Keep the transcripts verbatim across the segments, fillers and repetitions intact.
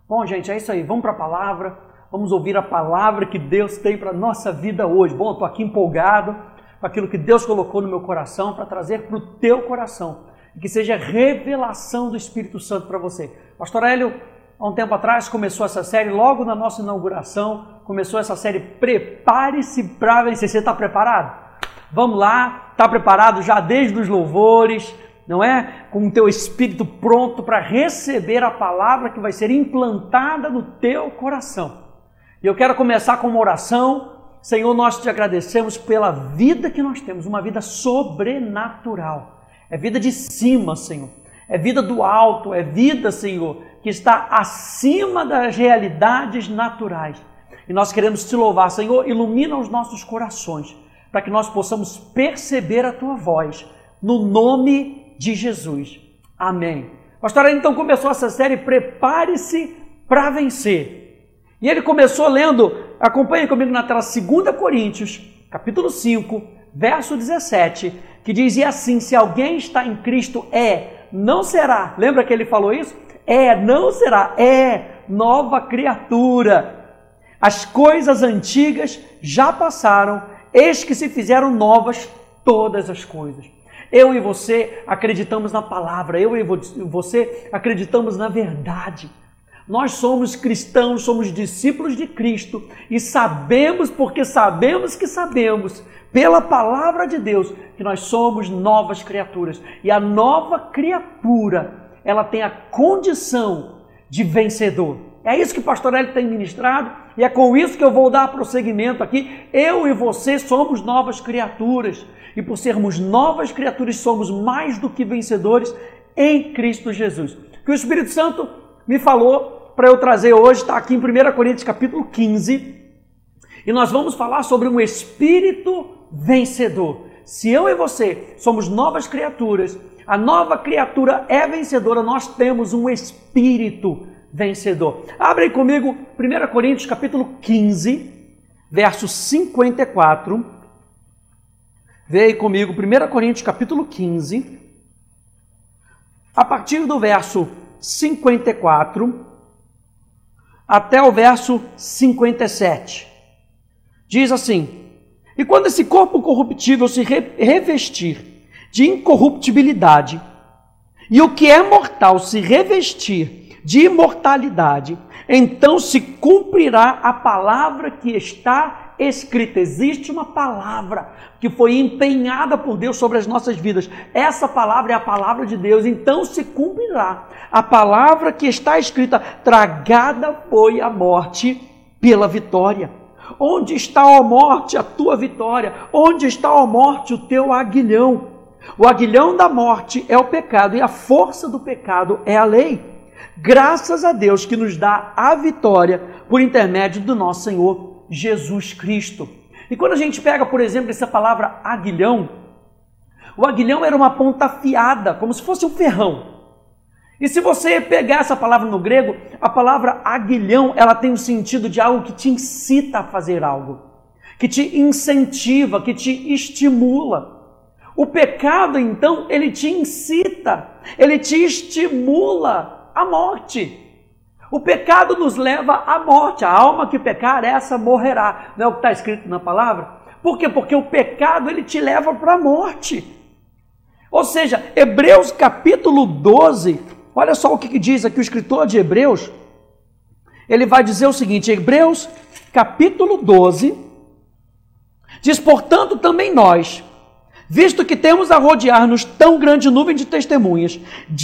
Bom, gente, é isso aí. Vamos para a palavra. Vamos ouvir a palavra que Deus tem para a nossa vida hoje. Bom, eu estou aqui empolgado com aquilo que Deus colocou no meu coração para trazer para o teu coração. E que seja revelação do Espírito Santo para você. Pastor Hélio, há um tempo atrás começou essa série, logo na nossa inauguração, começou essa série Prepare-se para Vencer. Você está preparado? Vamos lá, está preparado já desde os louvores, não é? Com o teu espírito pronto para receber a palavra que vai ser implantada no teu coração. E eu quero começar com uma oração. Senhor, nós te agradecemos pela vida que nós temos, uma vida sobrenatural. É vida de cima, Senhor. É vida do alto, é vida, Senhor, que está acima das realidades naturais. E nós queremos te louvar, Senhor, ilumina os nossos corações, para que nós possamos perceber a tua voz, no nome de Jesus. Amém. Pastor, então começou essa série Prepare-se para Vencer. E ele começou lendo, acompanhe comigo na tela, dois Coríntios, capítulo cinco, verso dezessete, que diz, e assim, se alguém está em Cristo, é, não será, lembra que ele falou isso? É, não será, é nova criatura. As coisas antigas já passaram, eis que se fizeram novas todas as coisas. Eu e você acreditamos na palavra, eu e você acreditamos na verdade. Nós somos cristãos, somos discípulos de Cristo e sabemos, porque sabemos que sabemos, pela palavra de Deus, que nós somos novas criaturas. E a nova criatura, ela tem a condição de vencedor. É isso que o pastor Hélio tem ministrado e é com isso que eu vou dar prosseguimento aqui. Eu e você somos novas criaturas. E por sermos novas criaturas, somos mais do que vencedores em Cristo Jesus. Que o Espírito Santo me falou para eu trazer hoje, está aqui em primeira Coríntios capítulo quinze, e nós vamos falar sobre um espírito vencedor. Se eu e você somos novas criaturas, a nova criatura é vencedora, nós temos um espírito vencedor. Abre aí comigo primeira Coríntios capítulo quinze, verso cinquenta e quatro. Vê aí comigo, primeira Coríntios capítulo quinze, a partir do verso cinquenta e quatro até o verso cinquenta e sete. Diz assim, e quando esse corpo corruptível se revestir de incorruptibilidade, e o que é mortal se revestir de imortalidade, então se cumprirá a palavra que está escrita. Existe uma palavra que foi empenhada por Deus sobre as nossas vidas. Essa palavra é a palavra de Deus, então se cumprirá a palavra que está escrita, tragada foi a morte pela vitória. Onde está, ó morte, a tua vitória? Onde está, ó morte, o teu aguilhão? O aguilhão da morte é o pecado e a força do pecado é a lei. Graças a Deus que nos dá a vitória por intermédio do nosso Senhor Jesus Cristo. E quando a gente pega, por exemplo, essa palavra aguilhão, o aguilhão era uma ponta afiada, como se fosse um ferrão. E se você pegar essa palavra no grego, a palavra aguilhão, ela tem o sentido de algo que te incita a fazer algo, que te incentiva, que te estimula. O pecado, então, ele te incita, ele te estimula à morte. O pecado nos leva à morte. A alma que pecar, essa morrerá. Não é o que está escrito na palavra? Por quê? Porque o pecado, ele te leva para a morte. Ou seja, Hebreus capítulo doze, olha só o que, que diz aqui o escritor de Hebreus. Ele vai dizer o seguinte, Hebreus capítulo doze, diz, portanto, também nós, visto que temos a rodear-nos tão grande nuvem de testemunhas,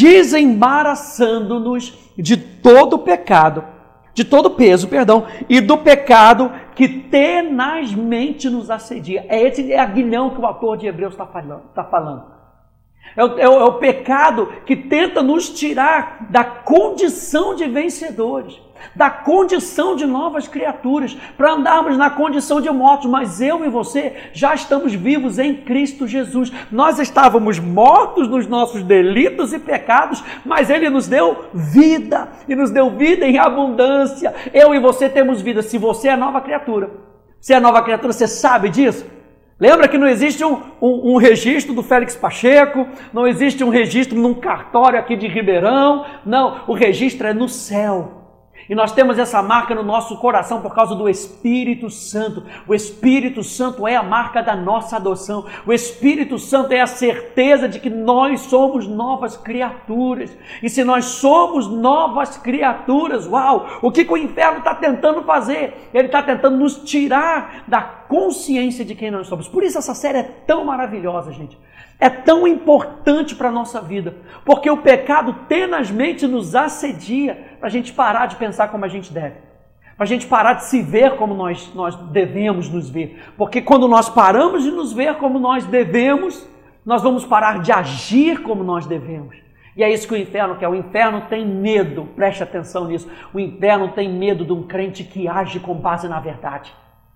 desembaraçando-nos de todo pecado, de todo peso, perdão, e do pecado que tenazmente nos assedia. É esse aguilhão que o autor de Hebreus está falando. Tá falando. É, o, é, o, é o pecado que tenta nos tirar da condição de vencedores, da condição de novas criaturas, para andarmos na condição de mortos. Mas eu e você já estamos vivos em Cristo Jesus. Nós estávamos mortos nos nossos delitos e pecados, mas Ele nos deu vida, e nos deu vida em abundância. Eu e você temos vida. Se você é nova criatura, se é nova criatura, você sabe disso? Lembra que não existe um, um, um registro do Félix Pacheco, não existe um registro num cartório aqui de Ribeirão, não, o registro é no céu. E nós temos essa marca no nosso coração por causa do Espírito Santo. O Espírito Santo é a marca da nossa adoção. O Espírito Santo é a certeza de que nós somos novas criaturas. E se nós somos novas criaturas, uau! O que, que o inferno está tentando fazer? Ele está tentando nos tirar da consciência de quem nós somos. Por isso essa série é tão maravilhosa, gente. É tão importante para a nossa vida, porque o pecado tenazmente nos assedia para a gente parar de pensar como a gente deve, para a gente parar de se ver como nós, nós devemos nos ver, porque quando nós paramos de nos ver como nós devemos, nós vamos parar de agir como nós devemos. E é isso que o inferno quer. O inferno tem medo, preste atenção nisso, o inferno tem medo de um crente que age com base na verdade.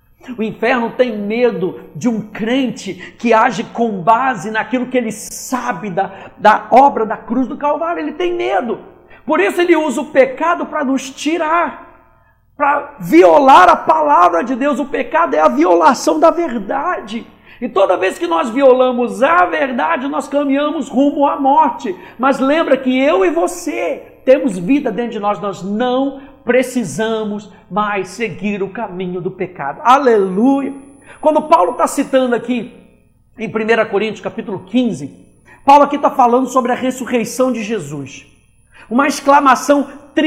O inferno tem medo de um crente que age com base naquilo que ele sabe da, da obra da cruz do Calvário. Ele tem medo. Por isso ele usa o pecado para nos tirar, para violar a palavra de Deus. O pecado é a violação da verdade. E toda vez que nós violamos a verdade, nós caminhamos rumo à morte. Mas lembra que eu e você temos vida dentro de nós, nós não precisamos mais seguir o caminho do pecado. Aleluia! Quando Paulo está citando aqui em primeira Coríntios capítulo quinze, Paulo aqui está falando sobre a ressurreição de Jesus. Uma exclamação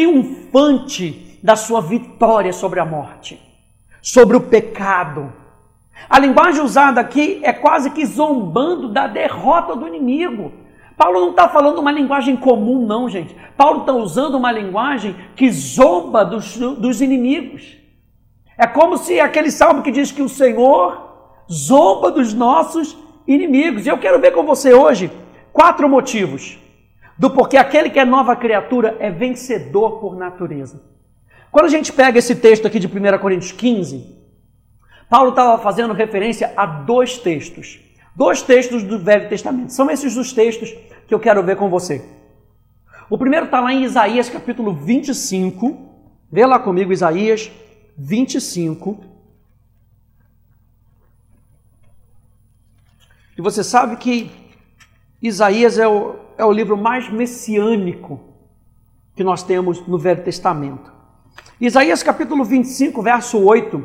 triunfante da sua vitória sobre a morte, sobre o pecado. A linguagem usada aqui é quase que zombando da derrota do inimigo. Paulo não está falando uma linguagem comum, não, gente. Paulo está usando uma linguagem que zomba dos, dos inimigos. É como se aquele salmo que diz que o Senhor zomba dos nossos inimigos. E eu quero ver com você hoje quatro motivos do porquê aquele que é nova criatura é vencedor por natureza. Quando a gente pega esse texto aqui de primeira Coríntios quinze, Paulo estava fazendo referência a dois textos. Dois textos do Velho Testamento. São esses os textos que eu quero ver com você. O primeiro está lá em Isaías capítulo vinte e cinco. Vê lá comigo Isaías vinte e cinco. E você sabe que Isaías é o, é o livro mais messiânico que nós temos no Velho Testamento. Isaías capítulo vinte e cinco, verso oito,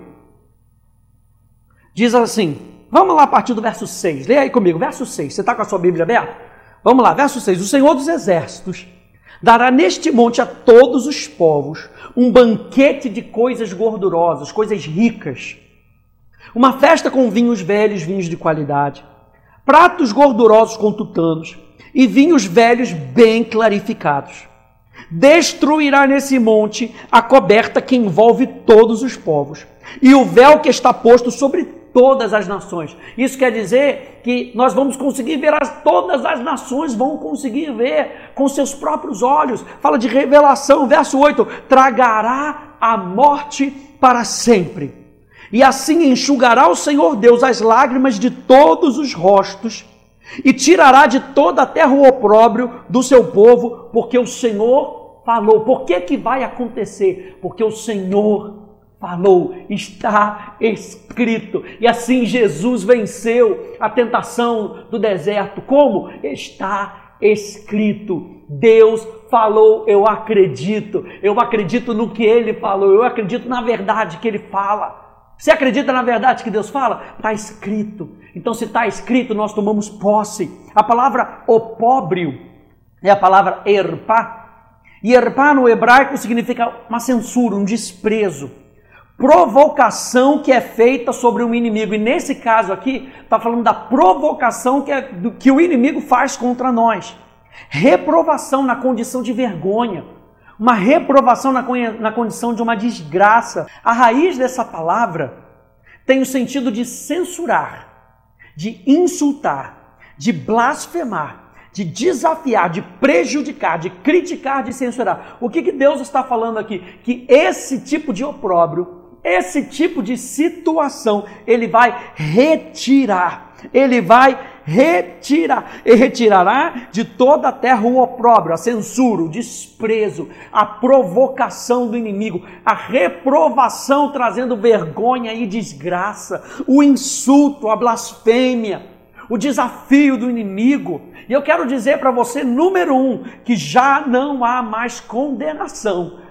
diz assim... Vamos lá a partir do verso seis. Leia aí comigo, verso seis. Você está com a sua Bíblia aberta? Vamos lá, verso seis. O Senhor dos Exércitos dará neste monte a todos os povos um banquete de coisas gordurosas, coisas ricas. Uma festa com vinhos velhos, vinhos de qualidade. Pratos gordurosos com tutanos e vinhos velhos bem clarificados. Destruirá nesse monte a coberta que envolve todos os povos e o véu que está posto sobre todas as nações. Isso quer dizer que nós vamos conseguir ver, as, todas as nações vão conseguir ver com seus próprios olhos. Fala de revelação, verso oito, tragará a morte para sempre. E assim enxugará o Senhor Deus as lágrimas de todos os rostos e tirará de toda a terra o opróbrio do seu povo, porque o Senhor falou. Por que que vai acontecer? Porque o Senhor falou, está escrito. E assim Jesus venceu a tentação do deserto. Como? Está escrito. Deus falou, eu acredito. Eu acredito no que Ele falou. Eu acredito na verdade que Ele fala. Você acredita na verdade que Deus fala? Está escrito. Então, se está escrito, nós tomamos posse. A palavra opróbrio é a palavra erpá. E erpá no hebraico significa uma censura, um desprezo. Provocação que é feita sobre um inimigo. E nesse caso aqui, está falando da provocação que, é, do, que o inimigo faz contra nós. Reprovação na condição de vergonha. Uma reprovação na, na condição de uma desgraça. A raiz dessa palavra tem o sentido de censurar, de insultar, de blasfemar, de desafiar, de prejudicar, de criticar, de censurar. O que, que Deus está falando aqui? Que esse tipo de opróbrio, esse tipo de situação, Ele vai retirar. Ele vai retirar. E retirará de toda a terra o opróbrio, a censura, o desprezo, a provocação do inimigo, a reprovação trazendo vergonha e desgraça, o insulto, a blasfêmia, o desafio do inimigo. E eu quero dizer para você, número um, que já não há mais condenação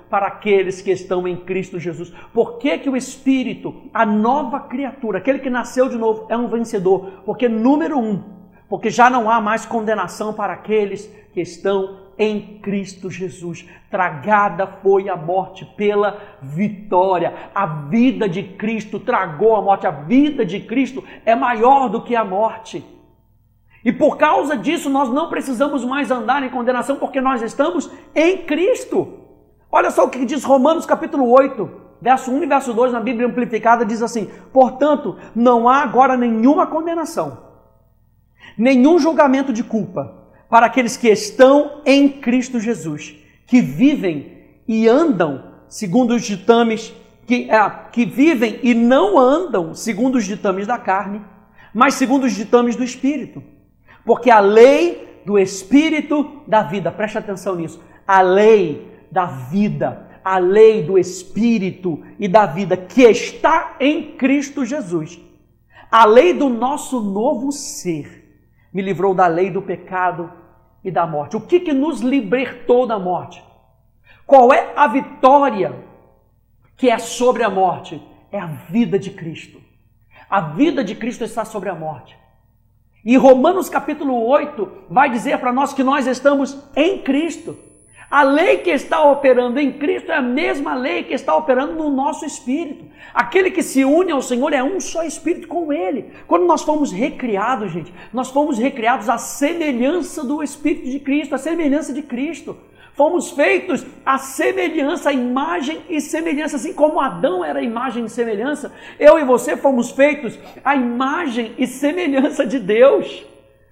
para aqueles que estão em Cristo Jesus. Por que que o Espírito, a nova criatura, aquele que nasceu de novo, é um vencedor? Porque, número um, porque já não há mais condenação para aqueles que estão em Cristo Jesus. Tragada foi a morte pela vitória. A vida de Cristo tragou a morte. A vida de Cristo é maior do que a morte. E por causa disso nós não precisamos mais andar em condenação, porque nós estamos em Cristo. Olha só o que diz Romanos capítulo oito, verso um e verso dois na Bíblia Amplificada, diz assim: portanto, não há agora nenhuma condenação, nenhum julgamento de culpa para aqueles que estão em Cristo Jesus, que vivem e andam segundo os ditames, que, é, que vivem e não andam segundo os ditames da carne, mas segundo os ditames do Espírito. Porque a lei do Espírito da vida, preste atenção nisso, a lei da vida, a lei do Espírito e da vida que está em Cristo Jesus, a lei do nosso novo ser, me livrou da lei do pecado e da morte. O que que nos libertou da morte? Qual é a vitória que é sobre a morte? É a vida de Cristo. A vida de Cristo está sobre a morte. E Romanos capítulo oito vai dizer para nós que nós estamos em Cristo. A lei que está operando em Cristo é a mesma lei que está operando no nosso espírito. Aquele que se une ao Senhor é um só espírito com Ele. Quando nós fomos recriados, gente, nós fomos recriados à semelhança do Espírito de Cristo, à semelhança de Cristo. Fomos feitos à semelhança, à imagem e semelhança, assim como Adão era a imagem e semelhança, eu e você fomos feitos à imagem e semelhança de Deus.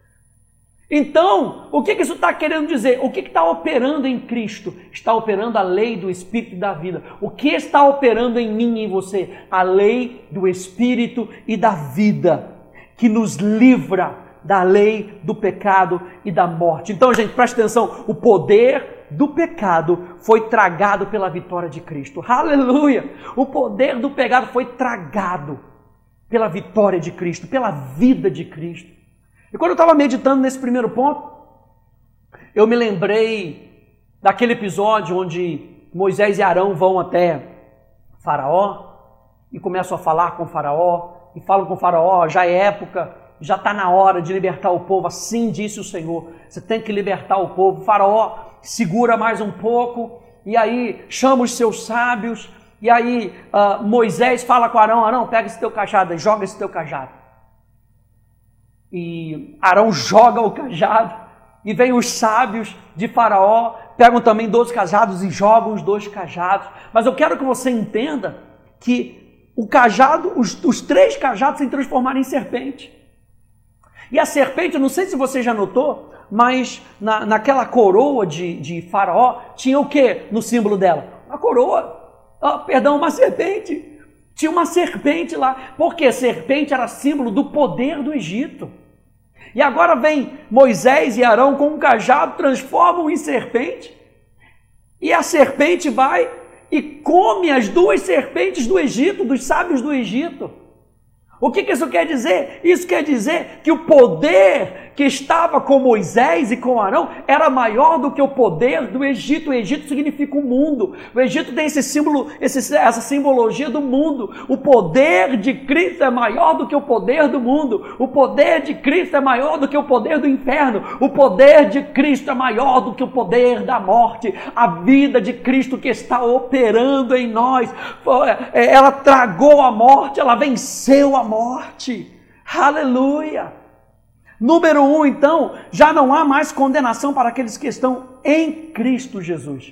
Então, o que isso está querendo dizer? O que está operando em Cristo? Está operando a lei do Espírito e da vida. O que está operando em mim e em você? A lei do Espírito e da vida, que nos livra da lei do pecado e da morte. Então, gente, preste atenção, o poder do pecado foi tragado pela vitória de Cristo. Aleluia! O poder do pecado foi tragado pela vitória de Cristo, pela vida de Cristo. E quando eu estava meditando nesse primeiro ponto, eu me lembrei daquele episódio onde Moisés e Arão vão até Faraó e começam a falar com Faraó, e falam com Faraó: já é época, já está na hora de libertar o povo, assim disse o Senhor, você tem que libertar o povo. O Faraó segura mais um pouco, e aí chama os seus sábios, e aí uh, Moisés fala com Arão: Arão, pega esse teu cajado, joga esse teu cajado. E Arão joga o cajado, e vem os sábios de Faraó, pegam também dois cajados e jogam os dois cajados. Mas eu quero que você entenda que o cajado, os, os três cajados se transformaram em serpente. E a serpente, eu não sei se você já notou, mas na, naquela coroa de, de Faraó, tinha o que no símbolo dela? Uma coroa, oh, perdão, uma serpente. Tinha uma serpente lá, porque serpente era símbolo do poder do Egito. E agora vem Moisés e Arão com um cajado, transformam em serpente, e a serpente vai e come as duas serpentes do Egito, dos sábios do Egito. O que, que isso quer dizer? Isso quer dizer que o poder que estava com Moisés e com Arão era maior do que o poder do Egito. O Egito significa o mundo. O Egito tem esse símbolo, esse, essa simbologia do mundo. O poder de Cristo é maior do que o poder do mundo. O poder de Cristo é maior do que o poder do inferno. O poder de Cristo é maior do que o poder da morte. A vida de Cristo que está operando em nós, ela tragou a morte, ela venceu a morte. Aleluia! Número um, então, já não há mais condenação para aqueles que estão em Cristo Jesus.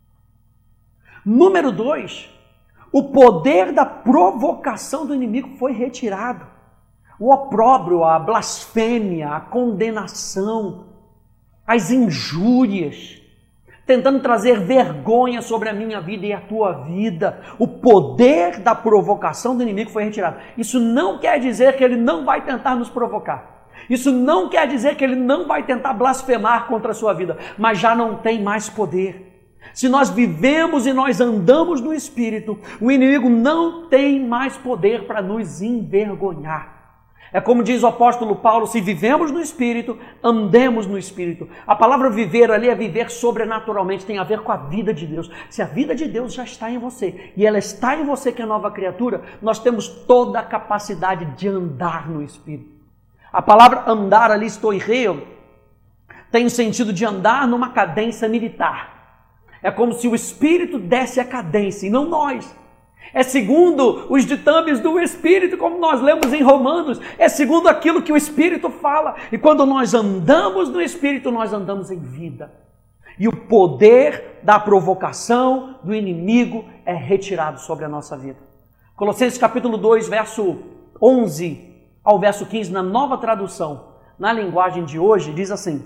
Número dois, o poder da provocação do inimigo foi retirado. O opróbrio, a blasfêmia, a condenação, as injúrias, tentando trazer vergonha sobre a minha vida e a tua vida. O poder da provocação do inimigo foi retirado. Isso não quer dizer que ele não vai tentar nos provocar. Isso não quer dizer que ele não vai tentar blasfemar contra a sua vida, mas já não tem mais poder. Se nós vivemos e nós andamos no Espírito, o inimigo não tem mais poder para nos envergonhar. É como diz o apóstolo Paulo, se vivemos no Espírito, andemos no Espírito. A palavra viver ali é viver sobrenaturalmente, tem a ver com a vida de Deus. Se a vida de Deus já está em você, e ela está em você que é nova criatura, nós temos toda a capacidade de andar no Espírito. A palavra andar ali, estoireo, tem o sentido de andar numa cadência militar. É como se o Espírito desse a cadência, e não nós. É segundo os ditames do Espírito, como nós lemos em Romanos. É segundo aquilo que o Espírito fala. E quando nós andamos no Espírito, nós andamos em vida. E o poder da provocação do inimigo é retirado sobre a nossa vida. Colossenses capítulo dois, verso onze ao verso quinze, na nova tradução, na linguagem de hoje, diz assim: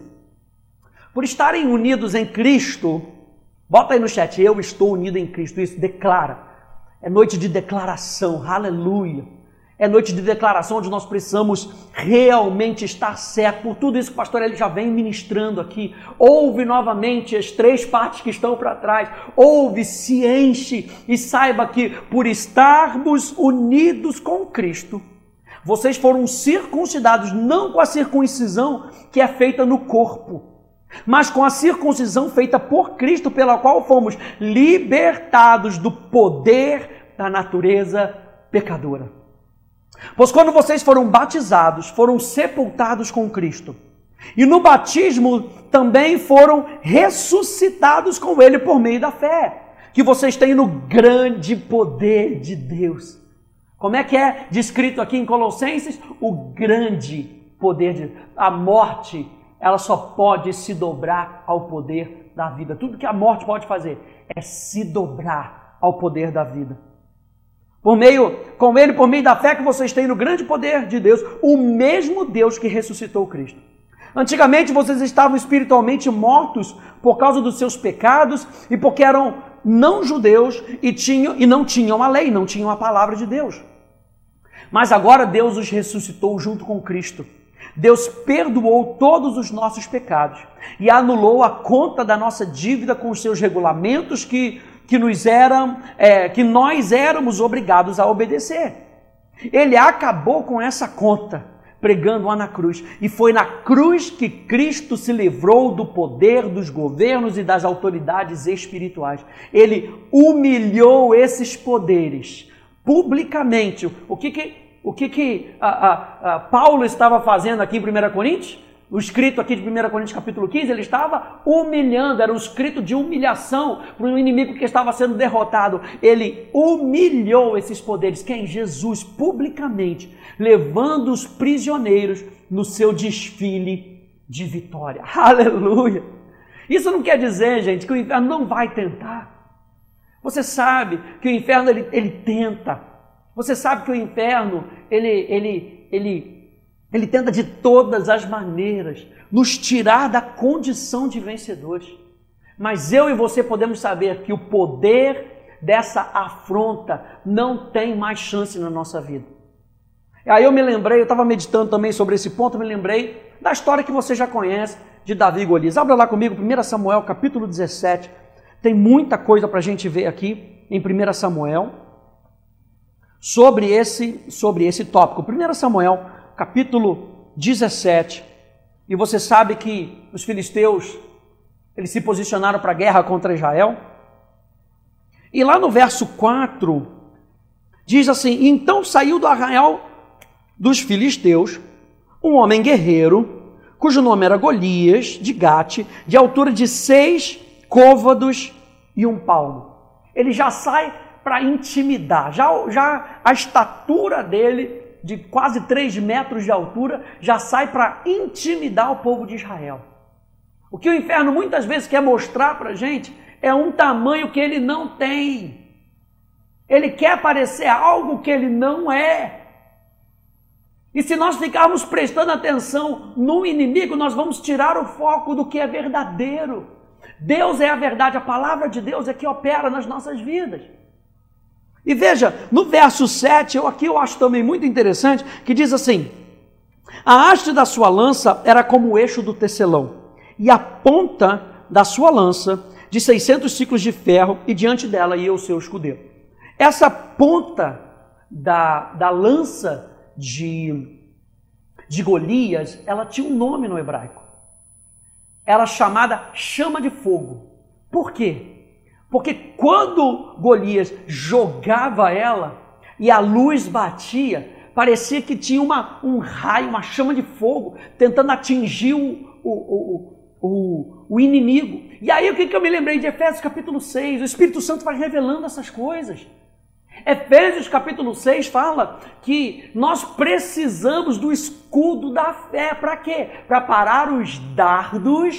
por estarem unidos em Cristo, bota aí no chat, eu estou unido em Cristo, isso declara. É noite de declaração, aleluia. É noite de declaração onde nós precisamos realmente estar certo. Por tudo isso que o pastor ele já vem ministrando aqui. Ouve novamente as três partes que estão para trás. Ouve, se enche e saiba que por estarmos unidos com Cristo, vocês foram circuncidados não com a circuncisão que é feita no corpo, mas com a circuncisão feita por Cristo, pela qual fomos libertados do poder da natureza pecadora. Pois quando vocês foram batizados, foram sepultados com Cristo. E no batismo também foram ressuscitados com Ele por meio da fé, que vocês têm no grande poder de Deus. Como é que é descrito aqui em Colossenses? O grande poder de Deus. A morte, ela só pode se dobrar ao poder da vida. Tudo que a morte pode fazer é se dobrar ao poder da vida. Por meio, com Ele, por meio da fé que vocês têm no grande poder de Deus, o mesmo Deus que ressuscitou Cristo. Antigamente vocês estavam espiritualmente mortos por causa dos seus pecados e porque eram não judeus e, tinham, e não tinham a lei, não tinham a palavra de Deus. Mas agora Deus os ressuscitou junto com Cristo. Deus perdoou todos os nossos pecados e anulou a conta da nossa dívida com os seus regulamentos que, que, nos eram, é, que nós éramos obrigados a obedecer. Ele acabou com essa conta, pregando-a na cruz. E foi na cruz que Cristo se livrou do poder dos governos e das autoridades espirituais. Ele humilhou esses poderes publicamente. O que que, o que, que a, a, a Paulo estava fazendo aqui em primeira Coríntios? O escrito aqui de primeira Coríntios capítulo quinze, ele estava humilhando, era um escrito de humilhação para um inimigo que estava sendo derrotado. Ele humilhou esses poderes, quem? Jesus, publicamente, levando os prisioneiros no seu desfile de vitória. Aleluia! Isso não quer dizer, gente, que o inferno não vai tentar. Você sabe que o inferno, ele, ele tenta. Você sabe que o inferno, ele, ele, ele, ele tenta de todas as maneiras nos tirar da condição de vencedores. Mas eu e você podemos saber que o poder dessa afronta não tem mais chance na nossa vida. E aí eu me lembrei, eu estava meditando também sobre esse ponto, eu me lembrei da história que você já conhece de Davi e Golias. Abra lá comigo, primeiro Samuel, capítulo dezessete. Tem muita coisa para a gente ver aqui em primeiro Samuel sobre esse, sobre esse tópico. primeiro Samuel, capítulo dezessete. E você sabe que os filisteus, eles se posicionaram para a guerra contra Israel. E lá no verso quatro, diz assim: então saiu do arraial dos filisteus um homem guerreiro, cujo nome era Golias, de Gate, de altura de seis côvados e um palmo. Ele já sai para intimidar, já, já a estatura dele, de quase três metros de altura, já sai para intimidar o povo de Israel. O que o inferno muitas vezes quer mostrar para a gente é um tamanho que ele não tem. Ele quer parecer algo que ele não é. E se nós ficarmos prestando atenção no inimigo, nós vamos tirar o foco do que é verdadeiro. Deus é a verdade, a palavra de Deus é que opera nas nossas vidas. E veja, no verso sete, eu aqui eu acho também muito interessante, que diz assim: a haste da sua lança era como o eixo do tecelão, e a ponta da sua lança de seiscentos ciclos de ferro, e diante dela ia o seu escudeiro. Essa ponta da, da lança de, de Golias, ela tinha um nome no hebraico. Era chamada chama de fogo. Por quê? Porque quando Golias jogava ela e a luz batia, parecia que tinha uma, um raio, uma chama de fogo, tentando atingir o, o, o, o, o inimigo. E aí o que, que eu me lembrei de Efésios capítulo seis? O Espírito Santo vai revelando essas coisas. Efésios capítulo seis fala que nós precisamos do escudo da fé. Para quê? Para parar os dardos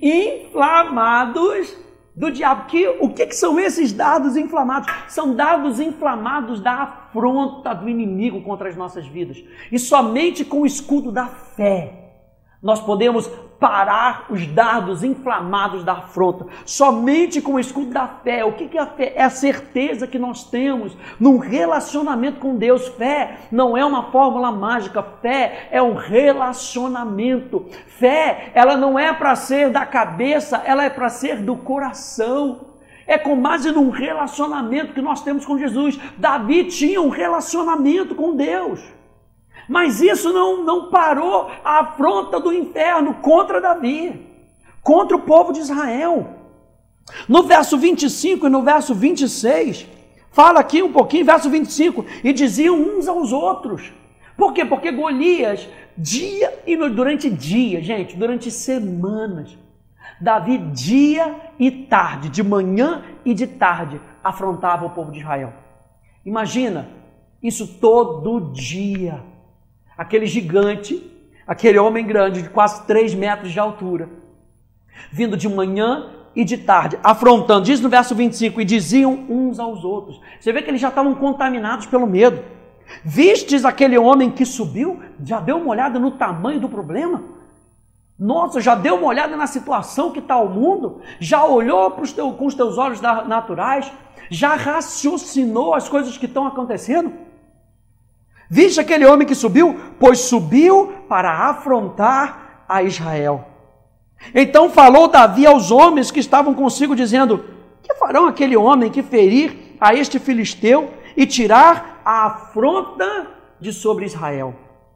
inflamados do diabo. Que, o que, que são esses dardos inflamados? São dardos inflamados da afronta do inimigo contra as nossas vidas. E somente com o escudo da fé nós podemos parar os dardos inflamados da afronta. Somente com o escudo da fé. O que, que é a fé? É a certeza que nós temos num relacionamento com Deus. Fé não é uma fórmula mágica. Fé é um relacionamento. Fé, ela não é para ser da cabeça, ela é para ser do coração. É com base num relacionamento que nós temos com Jesus. Davi tinha um relacionamento com Deus. Mas isso não, não parou a afronta do inferno contra Davi, contra o povo de Israel. No verso vinte e cinco e no verso vinte e seis, fala aqui um pouquinho, verso vinte e cinco, e diziam uns aos outros. Por quê? Porque Golias, dia e no, durante dia, gente, durante semanas, Davi dia e tarde, de manhã e de tarde, afrontava o povo de Israel. Imagina, isso todo dia. Aquele gigante, aquele homem grande de quase três metros de altura, vindo de manhã e de tarde, afrontando, diz no verso vinte e cinco, e diziam uns aos outros. Você vê que eles já estavam contaminados pelo medo. Vistes aquele homem que subiu? Já deu uma olhada no tamanho do problema? Nossa, já deu uma olhada na situação que está o mundo? Já olhou pros teu, com os teus olhos naturais? Já raciocinou as coisas que estão acontecendo? Viste aquele homem que subiu? Pois subiu para afrontar a Israel. Então falou Davi aos homens que estavam consigo, dizendo: que farão aquele homem que ferir a este filisteu e tirar a afronta de sobre Israel?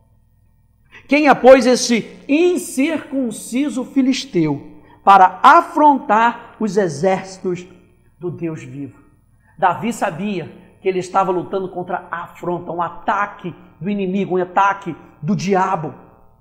Quem é, pois, esse incircunciso filisteu para afrontar os exércitos do Deus vivo? Davi sabia que ele estava lutando contra a afronta, um ataque do inimigo, um ataque do diabo.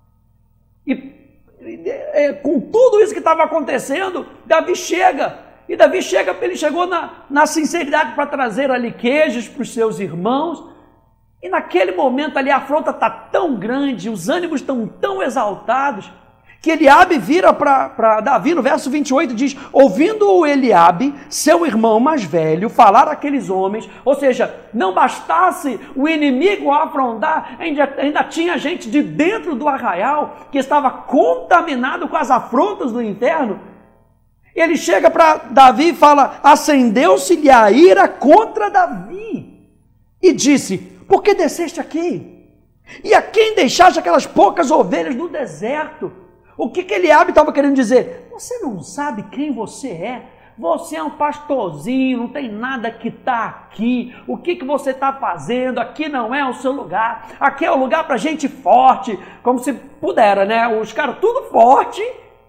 E é, com tudo isso que estava acontecendo, Davi chega, e Davi chega, ele chegou na, na sinceridade para trazer ali queijos para os seus irmãos, e naquele momento ali a afronta está tão grande, os ânimos estão tão exaltados, que Eliabe vira para Davi, no verso vinte e oito, diz: ouvindo Eliabe, seu irmão mais velho, falar àqueles homens, ou seja, não bastasse o inimigo afrontar, ainda, ainda tinha gente de dentro do arraial que estava contaminado com as afrontas do inferno. Ele chega para Davi e fala: acendeu-se-lhe a ira contra Davi, e disse: por que desceste aqui? E a quem deixaste aquelas poucas ovelhas no deserto? O que que Eliabe estava querendo dizer? Você não sabe quem você é? Você é um pastorzinho, não tem nada que está aqui. O que que você está fazendo? Aqui não é o seu lugar. Aqui é o lugar para gente forte. Como se pudera, né? Os caras tudo forte.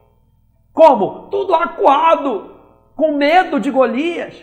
Como? Tudo acuado, com medo de Golias.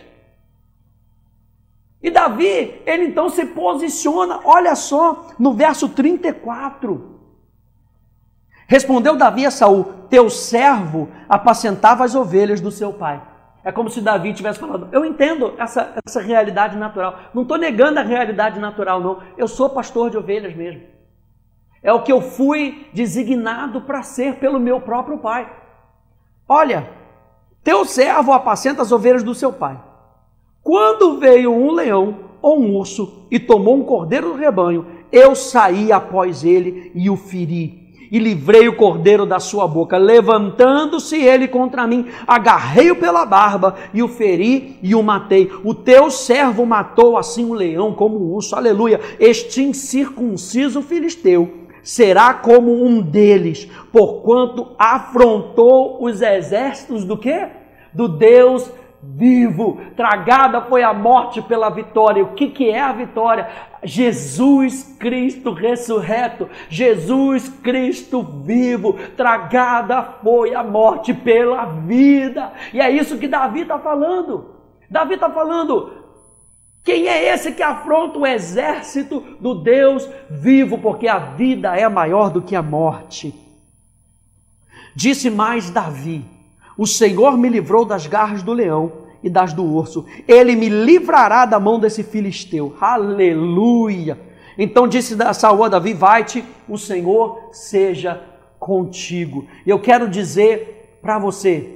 E Davi, ele então se posiciona, olha só, no verso trinta e quatro. Respondeu Davi a Saul: teu servo apacentava as ovelhas do seu pai. É como se Davi estivesse falando: eu entendo essa, essa realidade natural. Não estou negando a realidade natural, não. Eu sou pastor de ovelhas mesmo. É o que eu fui designado para ser pelo meu próprio pai. Olha, teu servo apacenta as ovelhas do seu pai. Quando veio um leão ou um urso e tomou um cordeiro do rebanho, eu saí após ele e o feri. E livrei o cordeiro da sua boca. Levantando-se ele contra mim, agarrei-o pela barba e o feri e o matei. O teu servo matou assim o leão como o urso. Aleluia. Este incircunciso filisteu será como um deles, porquanto afrontou os exércitos do quê? Do Deus vivo. Tragada foi a morte pela vitória. O que, que é a vitória? Jesus Cristo ressurreto, Jesus Cristo vivo. Tragada foi a morte pela vida. E é isso que Davi está falando. Davi está falando, quem é esse que afronta o exército do Deus vivo? Porque a vida é maior do que a morte. Disse mais Davi: o Senhor me livrou das garras do leão e das do urso. Ele me livrará da mão desse filisteu. Aleluia! Então disse Saul a Davi: vai-te, o Senhor seja contigo. E eu quero dizer para você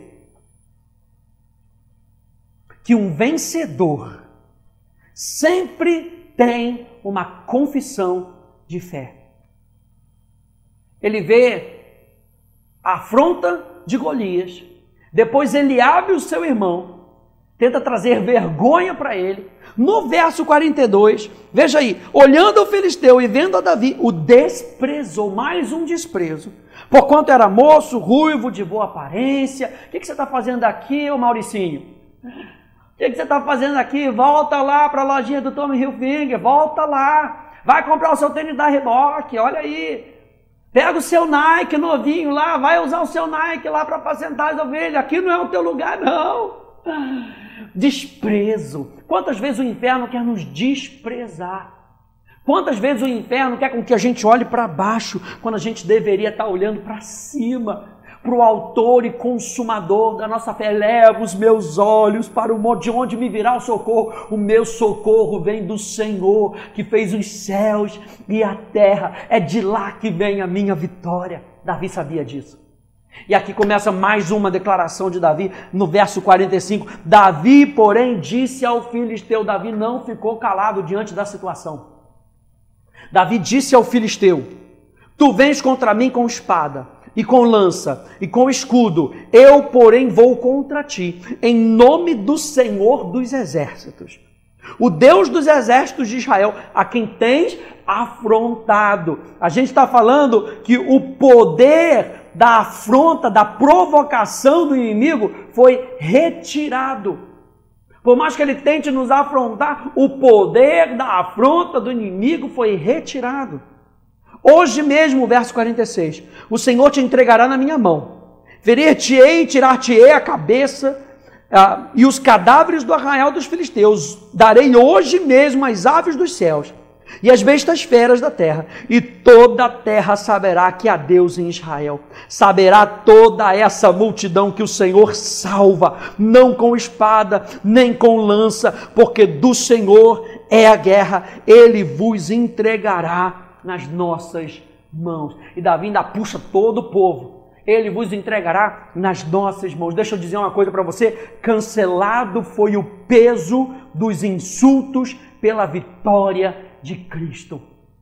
que um vencedor sempre tem uma confissão de fé. Ele vê a afronta de Golias, depois ele abre o seu irmão, tenta trazer vergonha para ele. No verso quarenta e dois, veja aí, olhando o filisteu e vendo a Davi, o desprezou, mais um desprezo, porquanto era moço, ruivo, de boa aparência. O que, que você está fazendo aqui, ô Mauricinho? O que, que você está fazendo aqui? Volta lá para a lojinha do Tommy Hilfiger, volta lá, vai comprar o seu tênis da Reebok, olha aí. Pega o seu Nike novinho lá, vai usar o seu Nike lá para apacentar as ovelhas. Aqui não é o teu lugar, não. Desprezo. Quantas vezes o inferno quer nos desprezar? Quantas vezes o inferno quer com que a gente olhe para baixo, quando a gente deveria estar olhando para cima, para o autor e consumador da nossa fé. Leva os meus olhos para o monte, de onde me virá o socorro. O meu socorro vem do Senhor, que fez os céus e a terra. É de lá que vem a minha vitória. Davi sabia disso. E aqui começa mais uma declaração de Davi, no verso quarenta e cinco. Davi, porém, disse ao filisteu. Davi não ficou calado diante da situação. Davi disse ao filisteu: tu vens contra mim com espada e com lança, e com escudo, eu, porém, vou contra ti, em nome do Senhor dos exércitos, o Deus dos exércitos de Israel, a quem tens afrontado. A gente está falando que o poder da afronta, da provocação do inimigo foi retirado. Por mais que ele tente nos afrontar, o poder da afronta do inimigo foi retirado. Hoje mesmo, verso quarenta e seis, o Senhor te entregará na minha mão, ferir-te-ei e tirar-te-ei a cabeça ah, e os cadáveres do arraial dos filisteus. Darei hoje mesmo as aves dos céus e as bestas feras da terra, e toda a terra saberá que há Deus em Israel. Saberá toda essa multidão que o Senhor salva, não com espada, nem com lança, porque do Senhor é a guerra, Ele vos entregará nas nossas mãos. E Davi ainda puxa todo o povo. Ele vos entregará nas nossas mãos. Deixa eu dizer uma coisa para você. Cancelado foi o peso dos insultos pela vitória de Cristo.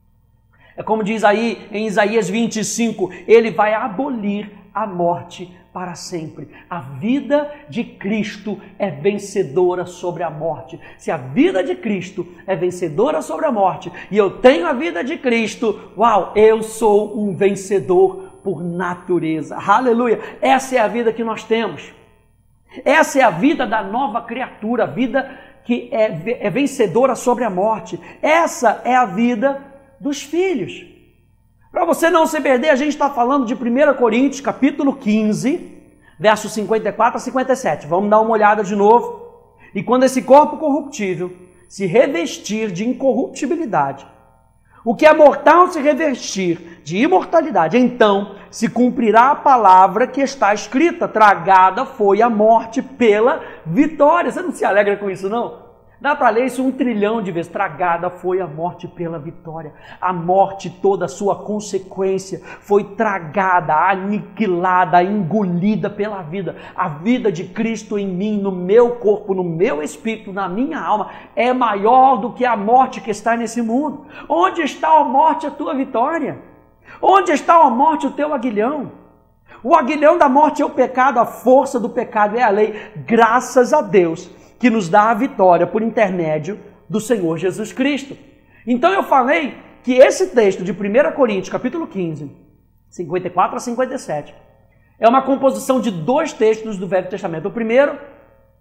É como diz aí em Isaías vinte e cinco, ele vai abolir a morte para sempre. A vida de Cristo é vencedora sobre a morte. Se a vida de Cristo é vencedora sobre a morte e eu tenho a vida de Cristo, uau, eu sou um vencedor por natureza. Aleluia! Essa é a vida que nós temos. Essa é a vida da nova criatura, a vida que é, é vencedora sobre a morte. Essa é a vida dos filhos. Para você não se perder, a gente está falando de primeira Coríntios, capítulo quinze, versos cinquenta e quatro a cinquenta e sete. Vamos dar uma olhada de novo. E quando esse corpo corruptível se revestir de incorruptibilidade, o que é mortal se revestir de imortalidade, então se cumprirá a palavra que está escrita: tragada foi a morte pela vitória. Você não se alegra com isso, não? Dá para ler isso um trilhão de vezes. Tragada foi a morte pela vitória. A morte, toda a sua consequência, foi tragada, aniquilada, engolida pela vida. A vida de Cristo em mim, no meu corpo, no meu espírito, na minha alma, é maior do que a morte que está nesse mundo. Onde está a morte, a tua vitória? Onde está a morte, o teu aguilhão? O aguilhão da morte é o pecado, a força do pecado é a lei. Graças a Deus que nos dá a vitória por intermédio do Senhor Jesus Cristo. Então eu falei que esse texto de primeira Coríntios, capítulo quinze, cinquenta e quatro a cinquenta e sete, é uma composição de dois textos do Velho Testamento. O primeiro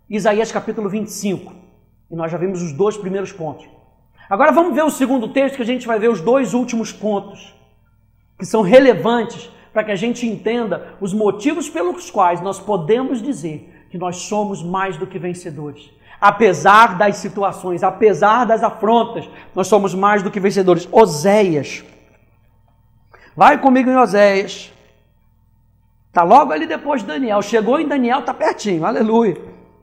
Isaías capítulo vinte e cinco. E nós já vimos os dois primeiros pontos. Agora vamos ver o segundo texto, que a gente vai ver os dois últimos pontos, que são relevantes para que a gente entenda os motivos pelos quais nós podemos dizer que nós somos mais do que vencedores. Apesar das situações, apesar das afrontas, nós somos mais do que vencedores. Oséias. Vai comigo em Oséias. Está logo ali depois de Daniel. Chegou em Daniel, está pertinho. Aleluia.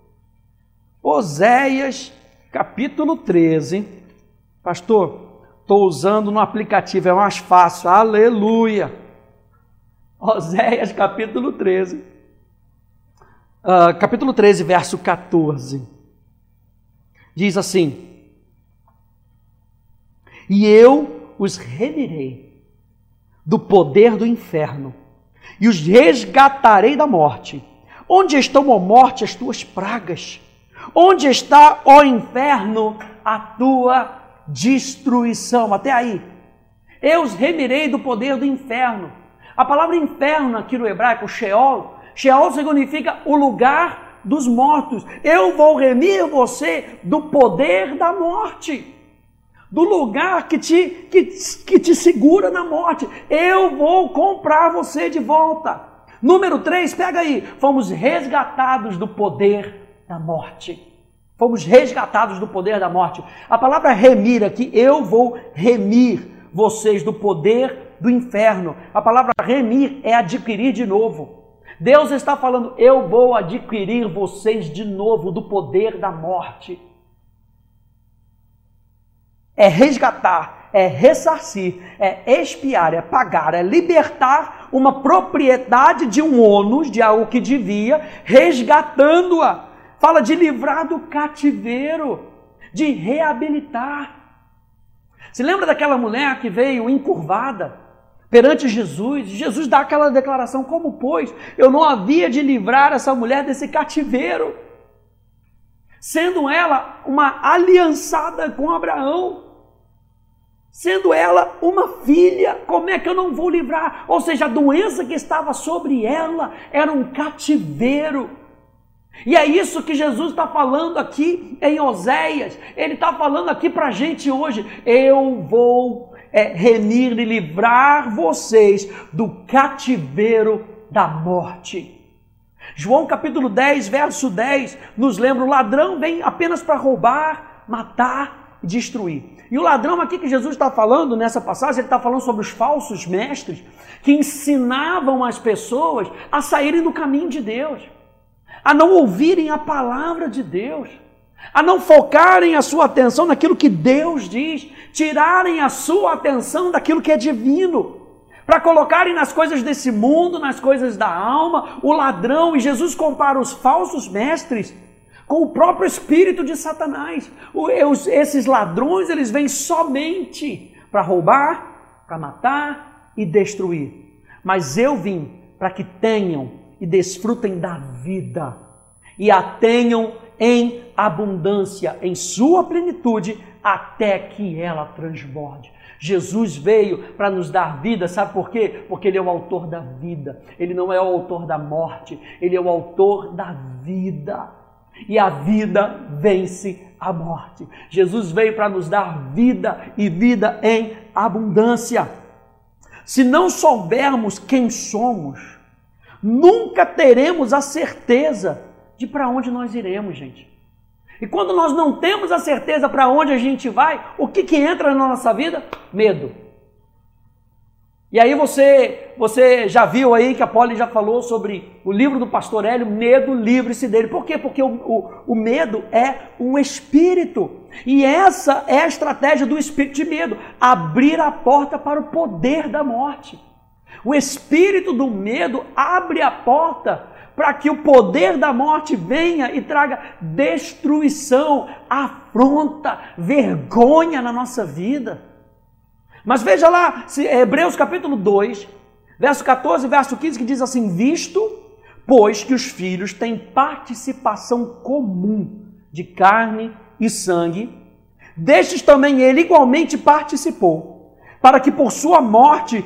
Oséias, capítulo treze. Pastor, estou usando no aplicativo, é mais fácil. Aleluia. Oséias, capítulo treze. Uh, capítulo treze, verso quatorze. Diz assim: e eu os remirei do poder do inferno e os resgatarei da morte. Onde estão, ó morte, as tuas pragas? Onde está, ó inferno, a tua destruição? Até aí. Eu os remirei do poder do inferno. A palavra inferno aqui no hebraico, Sheol, Sheol significa o lugar dos mortos. Eu vou remir você do poder da morte, do lugar que te, que, que te segura na morte. Eu vou comprar você de volta. Número três, pega aí. Fomos resgatados do poder da morte. Fomos resgatados do poder da morte. A palavra remir aqui, eu vou remir vocês do poder do inferno. A palavra remir é adquirir de novo. Deus está falando, eu vou adquirir vocês de novo do poder da morte. É resgatar, é ressarcir, é expiar, é pagar, é libertar uma propriedade de um ônus, de algo que devia, resgatando-a. Fala de livrar do cativeiro, de reabilitar. Se lembra daquela mulher que veio encurvada perante Jesus? Jesus dá aquela declaração: como, pois, eu não havia de livrar essa mulher desse cativeiro, sendo ela uma aliançada com Abraão, sendo ela uma filha, como é que eu não vou livrar? Ou seja, a doença que estava sobre ela era um cativeiro. E é isso que Jesus está falando aqui em Oséias. Ele está falando aqui para a gente hoje: eu vou é, remir e livrar vocês do cativeiro da morte. João capítulo dez, verso dez, nos lembra: o ladrão vem apenas para roubar, matar e destruir. E o ladrão aqui que Jesus está falando nessa passagem, ele está falando sobre os falsos mestres que ensinavam as pessoas a saírem do caminho de Deus, a não ouvirem a palavra de Deus, a não focarem a sua atenção naquilo que Deus diz, tirarem a sua atenção daquilo que é divino, para colocarem nas coisas desse mundo, nas coisas da alma. O ladrão, e Jesus compara os falsos mestres com o próprio espírito de Satanás. Os, esses ladrões, eles vêm somente para roubar, para matar e destruir. Mas eu vim para que tenham e desfrutem da vida, e a tenham em abundância, em sua plenitude, até que ela transborde. Jesus veio para nos dar vida, sabe por quê? Porque Ele é o autor da vida, Ele não é o autor da morte, Ele é o autor da vida, e a vida vence a morte. Jesus veio para nos dar vida, e vida em abundância. Se não soubermos quem somos, nunca teremos a certeza de para onde nós iremos, gente. E quando nós não temos a certeza para onde a gente vai, o que, que entra na nossa vida? Medo. E aí você, você já viu aí que a Polly já falou sobre o livro do pastor Hélio, Medo, Livre-se dele. Por quê? Porque o, o, o medo é um espírito. E essa é a estratégia do espírito de medo: abrir a porta para o poder da morte. O espírito do medo abre a porta para que o poder da morte venha e traga destruição, afronta, vergonha na nossa vida. Mas veja lá, Hebreus capítulo dois, verso catorze e verso quinze, que diz assim: visto, pois que os filhos têm participação comum de carne e sangue, destes também ele igualmente participou, para que por sua morte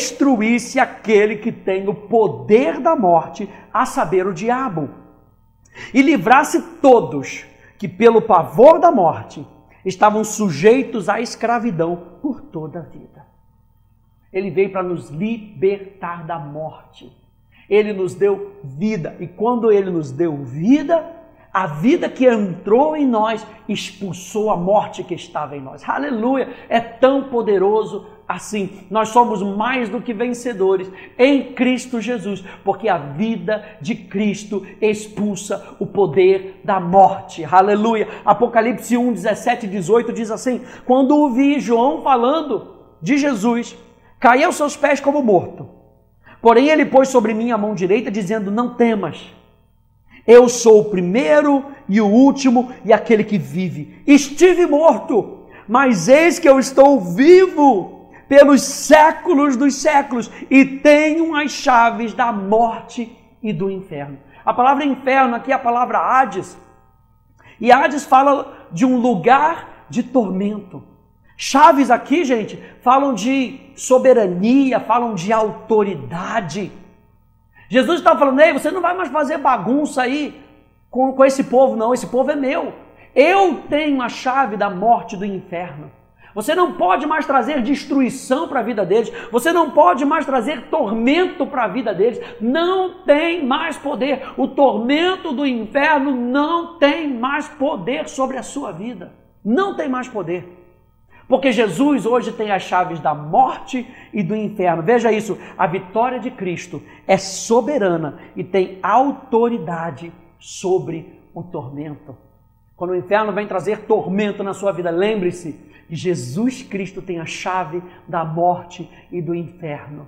destruísse aquele que tem o poder da morte, a saber, o diabo, e livrasse todos que pelo pavor da morte estavam sujeitos à escravidão por toda a vida. Ele veio para nos libertar da morte. Ele nos deu vida. E quando Ele nos deu vida, a vida que entrou em nós expulsou a morte que estava em nós. Aleluia! É tão poderoso assim. Nós somos mais do que vencedores em Cristo Jesus, porque a vida de Cristo expulsa o poder da morte. Aleluia! Apocalipse um, dezessete e dezoito diz assim: quando ouvi João falando de Jesus, caí aos seus pés como morto. Porém ele pôs sobre mim a mão direita, dizendo: não temas. Eu sou o primeiro e o último e aquele que vive. Estive morto, mas eis que eu estou vivo pelos séculos dos séculos e tenho as chaves da morte e do inferno. A palavra inferno aqui é a palavra Hades. E Hades fala de um lugar de tormento. Chaves aqui, gente, falam de soberania, falam de autoridade. Jesus estava falando: ei, você não vai mais fazer bagunça aí com, com esse povo, não. Esse povo é meu. Eu tenho a chave da morte e do inferno. Você não pode mais trazer destruição para a vida deles. Você não pode mais trazer tormento para a vida deles. Não tem mais poder. O tormento do inferno não tem mais poder sobre a sua vida. Não tem mais poder. Porque Jesus hoje tem as chaves da morte e do inferno. Veja isso, a vitória de Cristo é soberana e tem autoridade sobre o tormento. Quando o inferno vem trazer tormento na sua vida, lembre-se que Jesus Cristo tem a chave da morte e do inferno.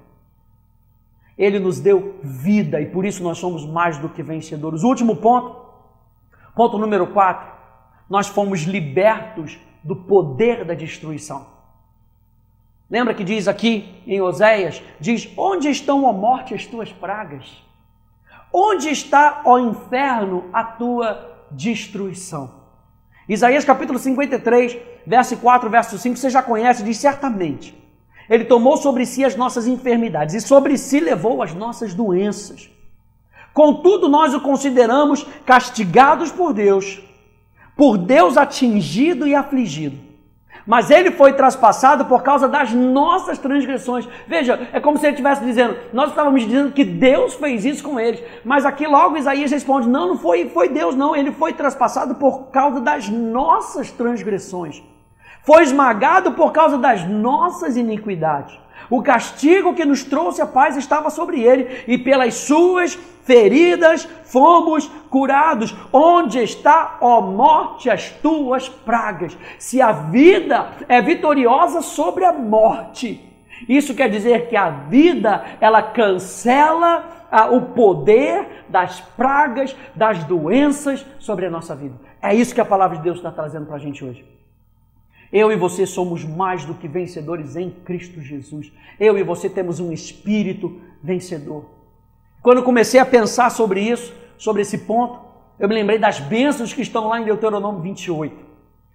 Ele nos deu vida e por isso nós somos mais do que vencedores. O último ponto, ponto número quatro, nós fomos libertos do poder da destruição. Lembra que diz aqui em Oséias, diz: onde estão, ó morte, as tuas pragas? Onde está, ó inferno, a tua destruição? Isaías capítulo cinquenta e três, verso quatro, verso cinco, você já conhece, diz: certamente Ele tomou sobre si as nossas enfermidades e sobre si levou as nossas doenças. Contudo, nós o consideramos castigados por Deus, por Deus atingido e afligido. Mas ele foi traspassado por causa das nossas transgressões. Veja, é como se ele estivesse dizendo, nós estávamos dizendo que Deus fez isso com eles. Mas aqui logo Isaías responde, não, não foi, foi Deus não, ele foi traspassado por causa das nossas transgressões. Foi esmagado por causa das nossas iniquidades. O castigo que nos trouxe a paz estava sobre ele, e pelas suas feridas fomos curados. Onde está, ó morte, as tuas pragas? Se a vida é vitoriosa sobre a morte, isso quer dizer que a vida, ela cancela ah, o poder das pragas, das doenças sobre a nossa vida. É isso que a palavra de Deus está trazendo para a gente hoje. Eu e você somos mais do que vencedores em Cristo Jesus. Eu e você temos um espírito vencedor. Quando eu comecei a pensar sobre isso, sobre esse ponto, eu me lembrei das bênçãos que estão lá em Deuteronômio vinte e oito.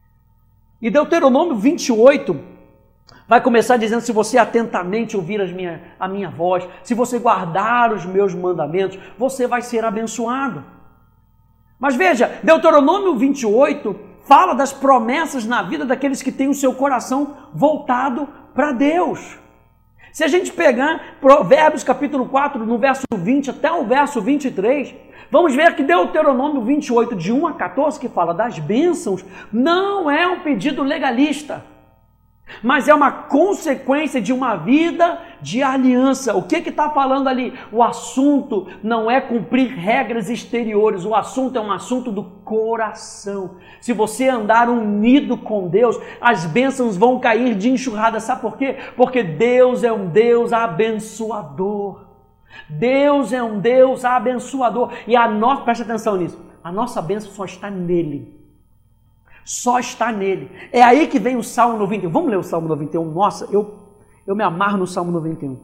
E Deuteronômio vinte e oito vai começar dizendo, se você atentamente ouvir as minha, a minha voz, se você guardar os meus mandamentos, você vai ser abençoado. Mas veja, Deuteronômio vinte e oito fala das promessas na vida daqueles que têm o seu coração voltado para Deus. Se a gente pegar Provérbios capítulo quatro, no verso vinte até o verso vinte e três, vamos ver que Deuteronômio vinte e oito, de um a quatorze, que fala das bênçãos, não é um pedido legalista, mas é uma consequência de uma vida de aliança. O que que está falando ali? O assunto não é cumprir regras exteriores, o assunto é um assunto do coração. Se você andar unido com Deus, as bênçãos vão cair de enxurrada. Sabe por quê? Porque Deus é um Deus abençoador. Deus é um Deus abençoador. E a nossa, preste atenção nisso, a nossa bênção só está nele. Só está nele. É aí que vem o Salmo noventa e um. Vamos ler o Salmo noventa e um? Nossa, eu, eu me amarro no Salmo noventa e um.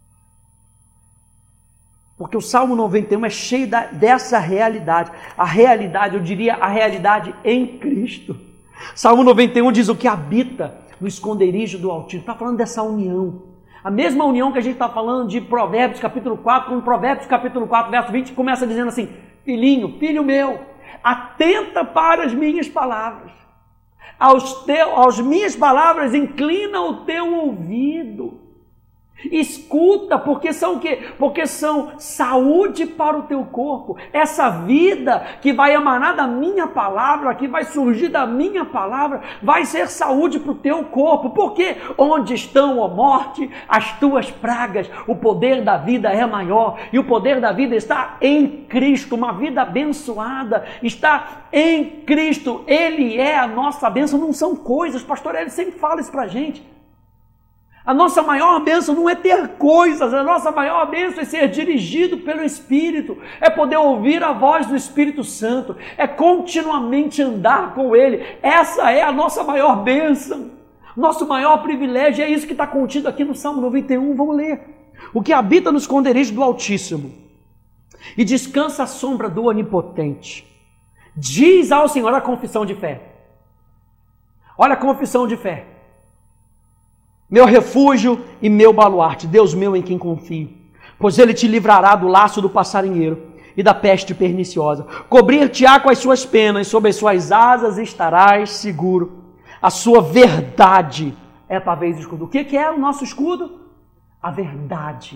Porque o Salmo noventa e um é cheio da, dessa realidade. A realidade, eu diria, a realidade em Cristo. Salmo noventa e um diz: o que habita no esconderijo do Altíssimo. Está falando dessa união. A mesma união que a gente está falando de Provérbios capítulo quatro, quando Provérbios capítulo quatro, verso vinte, começa dizendo assim: filhinho, filho meu, atenta para as minhas palavras. Aos, teu, aos minhas palavras inclina o teu ouvido. Escuta, porque são o quê? Porque são saúde para o teu corpo. Essa vida que vai emanar da minha palavra, que vai surgir da minha palavra, vai ser saúde para o teu corpo. Porque onde estão, ó morte, as tuas pragas, o poder da vida é maior. E o poder da vida está em Cristo, uma vida abençoada, está em Cristo. Ele é a nossa bênção, não são coisas. Pastor, ele sempre fala isso para a gente. A nossa maior bênção não é ter coisas, a nossa maior bênção é ser dirigido pelo Espírito, é poder ouvir a voz do Espírito Santo, é continuamente andar com Ele. Essa é a nossa maior bênção, nosso maior privilégio, é isso que está contido aqui no Salmo noventa e um, vamos ler. O que habita no esconderijo do Altíssimo e descansa à sombra do Onipotente, diz ao Senhor, a confissão de fé. Olha a confissão de fé. Meu refúgio e meu baluarte, Deus meu em quem confio, pois Ele te livrará do laço do passarinheiro e da peste perniciosa. Cobrir-te-á com as suas penas, sob as suas asas estarás seguro. A sua verdade é pavês e escudo. O que é o nosso escudo? A verdade.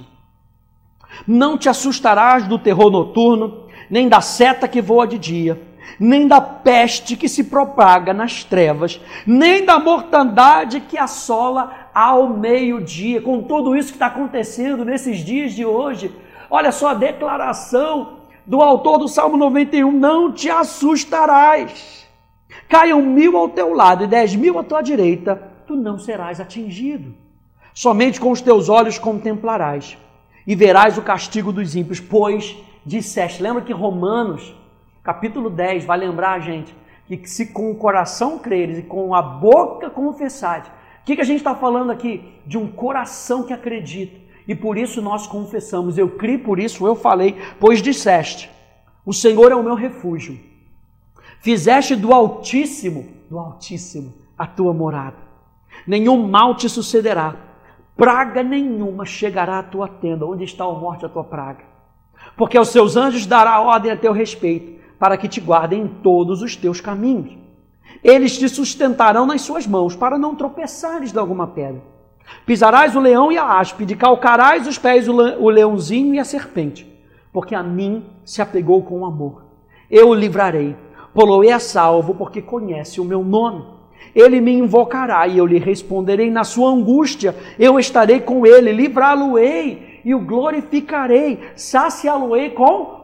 Não te assustarás do terror noturno, nem da seta que voa de dia, nem da peste que se propaga nas trevas, nem da mortandade que assola ao meio-dia. Com tudo isso que está acontecendo nesses dias de hoje, olha só a declaração do autor do Salmo noventa e um, não te assustarás, caiam mil ao teu lado e dez mil à tua direita, tu não serás atingido, somente com os teus olhos contemplarás e verás o castigo dos ímpios, pois disseste. Lembra que Romanos capítulo dez vai lembrar a gente que se com o coração creres e com a boca confessares. O que, que a gente está falando aqui? De um coração que acredita. E por isso nós confessamos. Eu criei, por isso eu falei, pois disseste, o Senhor é o meu refúgio. Fizeste do Altíssimo, do Altíssimo, a tua morada. Nenhum mal te sucederá. Praga nenhuma chegará à tua tenda. Onde está a morte, a tua praga? Porque aos seus anjos dará ordem a teu respeito, para que te guardem em todos os teus caminhos. Eles te sustentarão nas suas mãos, para não tropeçares de alguma pedra. Pisarás o leão e a áspide, calcarás os pés o leãozinho e a serpente, porque a mim se apegou com amor. Eu o livrarei, pô-lo-ei a salvo, porque conhece o meu nome. Ele me invocará e eu lhe responderei. Na sua angústia eu estarei com ele, livrá-lo-ei e o glorificarei, saciá-lo-ei com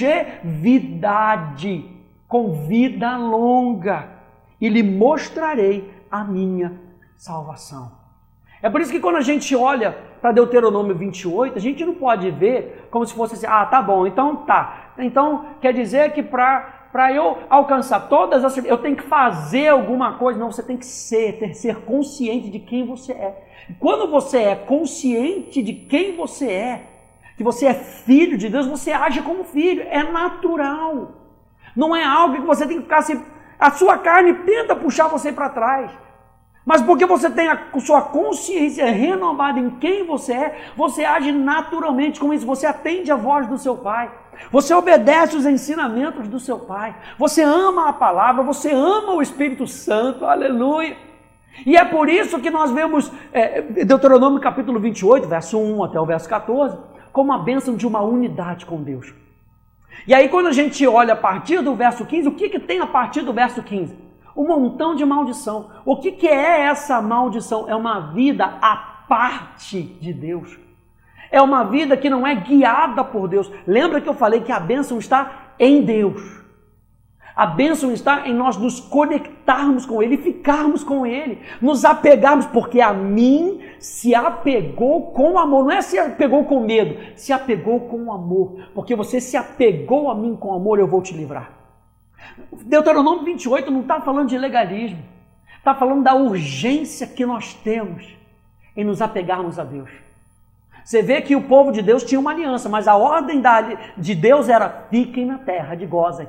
longevidade, com vida longa, e lhe mostrarei a minha salvação. É por isso que quando a gente olha para Deuteronômio vinte e oito, a gente não pode ver como se fosse assim, ah, tá bom, então tá. Então quer dizer que para para eu alcançar todas as... eu tenho que fazer alguma coisa. Não, você tem que ser, ter, ser consciente de quem você é. Quando você é consciente de quem você é, que você é filho de Deus, você age como filho. É natural. Não é algo que você tem que ficar assim... A sua carne tenta puxar você para trás. Mas porque você tem a sua consciência renovada em quem você é, você age naturalmente com isso. Você atende a voz do seu Pai. Você obedece os ensinamentos do seu Pai. Você ama a palavra, você ama o Espírito Santo. Aleluia! E é por isso que nós vemos é, Deuteronômio capítulo vinte e oito, verso um até o verso quatorze, como a bênção de uma unidade com Deus. E aí quando a gente olha a partir do verso quinze, o que, que tem a partir do verso quinze? Um montão de maldição. O que, que é essa maldição? É uma vida à parte de Deus. É uma vida que não é guiada por Deus. Lembra que eu falei que a bênção está em Deus. A bênção está em nós nos conectarmos com Ele, ficarmos com Ele, nos apegarmos, porque a mim se apegou com amor. Não é se apegou com medo, se apegou com amor. Porque você se apegou a mim com amor, eu vou te livrar. Deuteronômio vinte e oito não está falando de legalismo. Está falando da urgência que nós temos em nos apegarmos a Deus. Você vê que o povo de Deus tinha uma aliança, mas a ordem de Deus era: fiquem na terra de Gósen.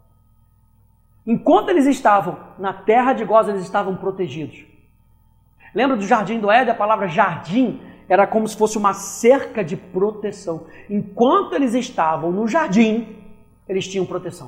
Enquanto eles estavam na terra de Gósen, eles estavam protegidos. Lembra do jardim do Éden? A palavra jardim era como se fosse uma cerca de proteção. Enquanto eles estavam no jardim, eles tinham proteção.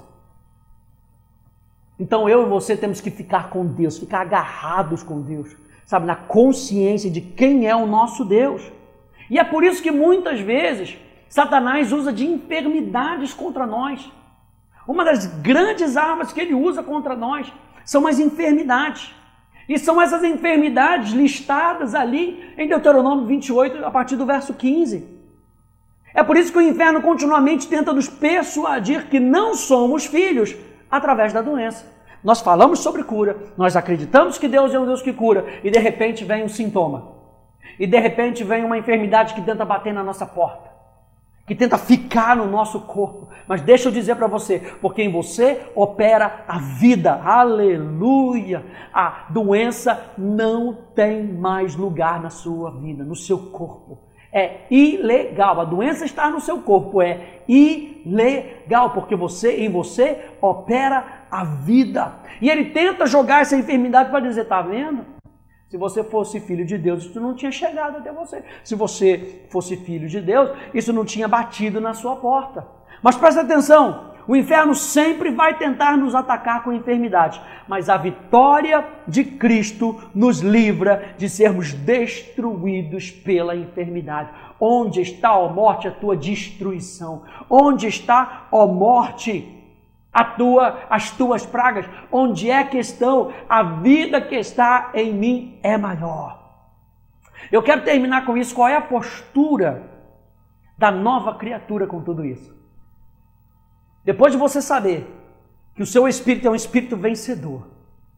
Então eu e você temos que ficar com Deus, ficar agarrados com Deus, sabe, na consciência de quem é o nosso Deus. E é por isso que muitas vezes Satanás usa de enfermidades contra nós. Uma das grandes armas que ele usa contra nós são as enfermidades. E são essas enfermidades listadas ali em Deuteronômio vinte e oito, a partir do verso quinze. É por isso que o inferno continuamente tenta nos persuadir que não somos filhos através da doença. Nós falamos sobre cura, nós acreditamos que Deus é um Deus que cura, e de repente vem um sintoma. E de repente vem uma enfermidade que tenta bater na nossa porta, que tenta ficar no nosso corpo. Mas deixa eu dizer para você, porque em você opera a vida. Aleluia! A doença não tem mais lugar na sua vida, no seu corpo. É ilegal. A doença está no seu corpo, é ilegal, porque você, em você opera a vida. E ele tenta jogar essa enfermidade para dizer, tá vendo? Se você fosse filho de Deus, isso não tinha chegado até você. Se você fosse filho de Deus, isso não tinha batido na sua porta. Mas presta atenção, o inferno sempre vai tentar nos atacar com enfermidade, mas a vitória de Cristo nos livra de sermos destruídos pela enfermidade. Onde está, ó morte, a tua destruição? Onde está, ó morte, A tua, as tuas pragas? Onde é que estão? A vida que está em mim é maior. Eu quero terminar com isso. Qual é a postura da nova criatura com tudo isso? Depois de você saber que o seu espírito é um espírito vencedor,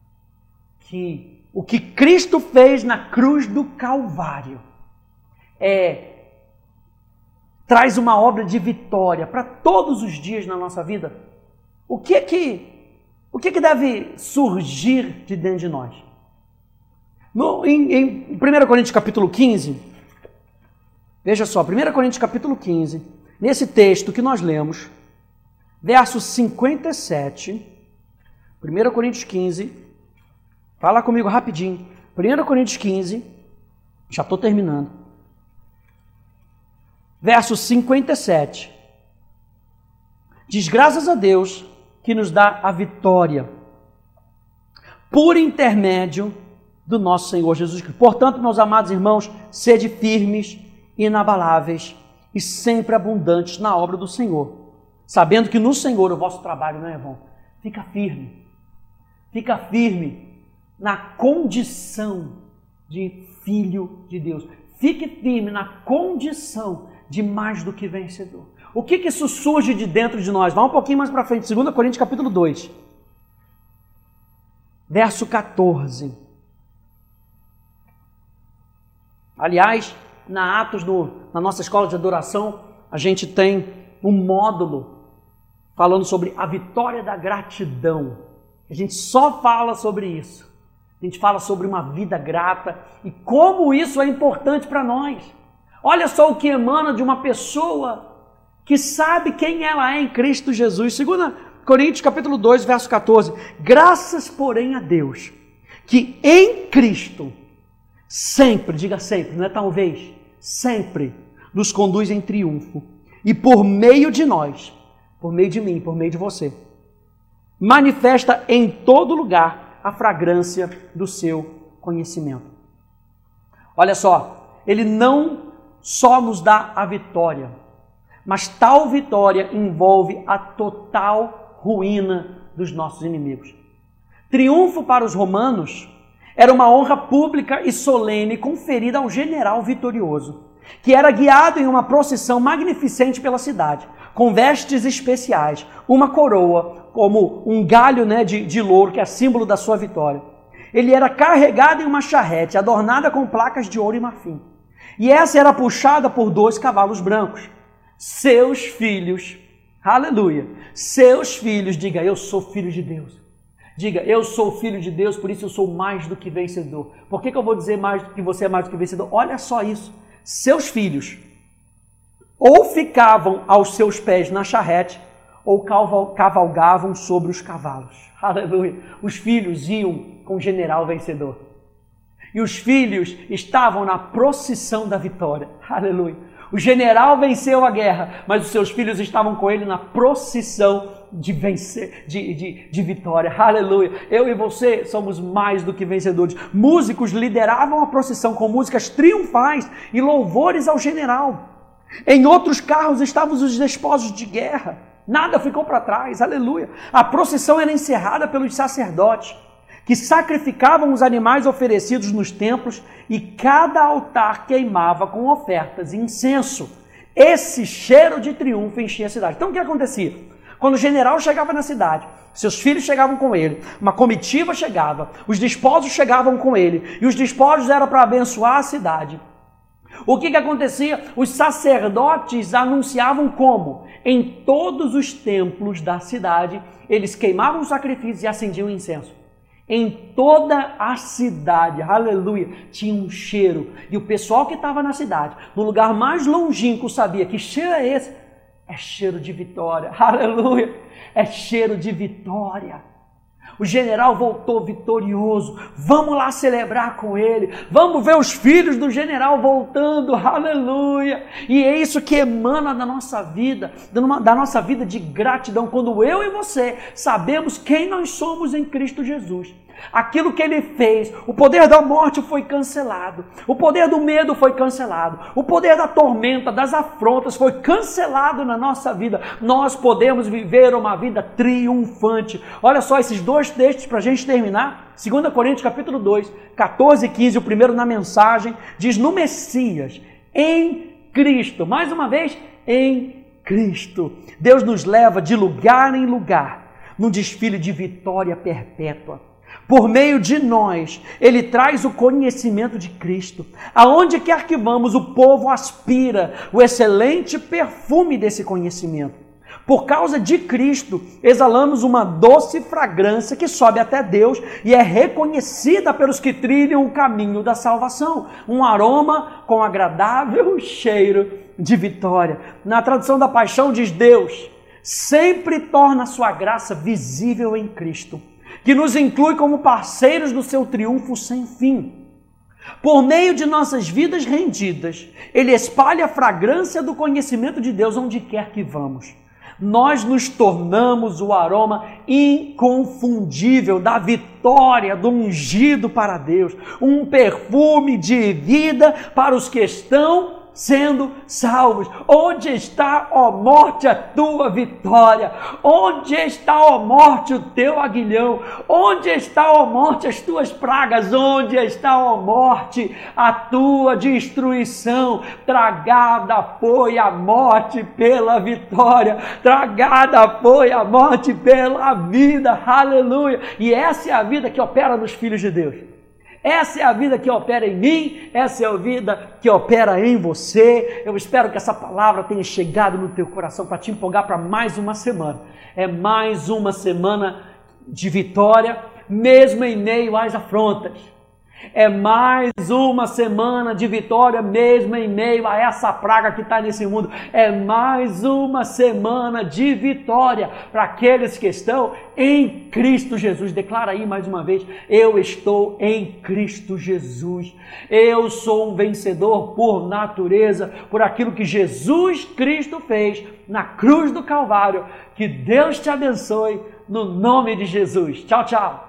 que o que Cristo fez na cruz do Calvário é, traz uma obra de vitória para todos os dias na nossa vida, O que é que, o que, é que deve surgir de dentro de nós? No, em, em primeira Coríntios capítulo quinze, veja só, primeira Coríntios capítulo quinze, nesse texto que nós lemos, verso cinquenta e sete, primeira Coríntios quinze, fala comigo rapidinho, primeira Coríntios quinze, já estou terminando, verso cinquenta e sete, diz, graças a Deus que nos dá a vitória por intermédio do nosso Senhor Jesus Cristo. Portanto, meus amados irmãos, sede firmes, inabaláveis e sempre abundantes na obra do Senhor, sabendo que no Senhor o vosso trabalho não é vão. Fica firme, fica firme na condição de filho de Deus. Fique firme na condição de mais do que vencedor. O que que isso surge de dentro de nós? Vá um pouquinho mais para frente, segunda Coríntios capítulo dois, verso quatorze. Aliás, na Atos, do, na nossa escola de adoração, a gente tem um módulo falando sobre a vitória da gratidão. A gente só fala sobre isso. A gente fala sobre uma vida grata e como isso é importante para nós. Olha só o que emana de uma pessoa que sabe quem ela é em Cristo Jesus. segunda Coríntios capítulo dois, verso quatorze. Graças, porém, a Deus, que em Cristo, sempre, diga sempre, não é talvez, sempre, nos conduz em triunfo. E por meio de nós, por meio de mim, por meio de você, manifesta em todo lugar a fragrância do seu conhecimento. Olha só, Ele não só nos dá a vitória, mas tal vitória envolve a total ruína dos nossos inimigos. Triunfo para os romanos era uma honra pública e solene conferida ao general vitorioso, que era guiado em uma procissão magnificente pela cidade, com vestes especiais, uma coroa, como um galho né, de, de louro, que é símbolo da sua vitória. Ele era carregado em uma charrete, adornada com placas de ouro e marfim. E essa era puxada por dois cavalos brancos. Seus filhos, aleluia, seus filhos, diga, eu sou filho de Deus. Diga, eu sou filho de Deus, por isso eu sou mais do que vencedor. Por que que eu vou dizer mais do que você é mais do que vencedor? Olha só isso, seus filhos ou ficavam aos seus pés na charrete, ou cavalgavam sobre os cavalos. Aleluia, os filhos iam com o general vencedor. E os filhos estavam na procissão da vitória. Aleluia. O general venceu a guerra, mas os seus filhos estavam com ele na procissão de vencer, de, de, de vitória. Aleluia! Eu e você somos mais do que vencedores. Músicos lideravam a procissão com músicas triunfais e louvores ao general. Em outros carros estavam os desposos de guerra. Nada ficou para trás. Aleluia! A procissão era encerrada pelos sacerdotes, que sacrificavam os animais oferecidos nos templos, e cada altar queimava com ofertas e incenso. Esse cheiro de triunfo enchia a cidade. Então o que acontecia? Quando o general chegava na cidade, seus filhos chegavam com ele, uma comitiva chegava, os desposos chegavam com ele, e os despojos eram para abençoar a cidade. O que que acontecia? Os sacerdotes anunciavam como? Em todos os templos da cidade, eles queimavam os sacrifícios e acendiam incenso. Em toda a cidade, aleluia, tinha um cheiro. E o pessoal que estava na cidade, no lugar mais longínquo, sabia que cheiro é esse? É cheiro de vitória, aleluia, é cheiro de vitória. O general voltou vitorioso, vamos lá celebrar com ele, vamos ver os filhos do general voltando, aleluia. E é isso que emana da nossa vida, da nossa vida de gratidão, quando eu e você sabemos quem nós somos em Cristo Jesus. Aquilo que ele fez, o poder da morte foi cancelado, o poder do medo foi cancelado, o poder da tormenta, das afrontas foi cancelado na nossa vida. Nós podemos viver uma vida triunfante. Olha só esses dois textos para a gente terminar. dois Coríntios capítulo dois, catorze e quinze, o primeiro na mensagem, diz: no Messias, em Cristo, mais uma vez, em Cristo, Deus nos leva de lugar em lugar, num desfile de vitória perpétua. Por meio de nós, Ele traz o conhecimento de Cristo. Aonde quer que vamos, o povo aspira o excelente perfume desse conhecimento. Por causa de Cristo, exalamos uma doce fragrância que sobe até Deus e é reconhecida pelos que trilham o caminho da salvação. Um aroma com agradável cheiro de vitória. Na tradução da Paixão diz: Deus sempre torna a sua graça visível em Cristo, que nos inclui como parceiros do seu triunfo sem fim. Por meio de nossas vidas rendidas, Ele espalha a fragrância do conhecimento de Deus onde quer que vamos. Nós nos tornamos o aroma inconfundível da vitória, do ungido para Deus, um perfume de vida para os que estão sendo salvos. Onde está, ó morte, a tua vitória? Onde está, ó morte, o teu aguilhão? Onde está, ó morte, as tuas pragas? Onde está, ó morte, a tua destruição? Tragada foi a morte pela vitória, tragada foi a morte pela vida, aleluia. E essa é a vida que opera nos filhos de Deus. Essa é a vida que opera em mim, essa é a vida que opera em você. Eu espero que essa palavra tenha chegado no teu coração para te empolgar para mais uma semana. É mais uma semana de vitória, mesmo em meio às afrontas. É mais uma semana de vitória, mesmo em meio a essa praga que está nesse mundo. É mais uma semana de vitória para aqueles que estão em Cristo Jesus. Declara aí mais uma vez: eu estou em Cristo Jesus. Eu sou um vencedor por natureza, por aquilo que Jesus Cristo fez na cruz do Calvário. Que Deus te abençoe no nome de Jesus. Tchau, tchau.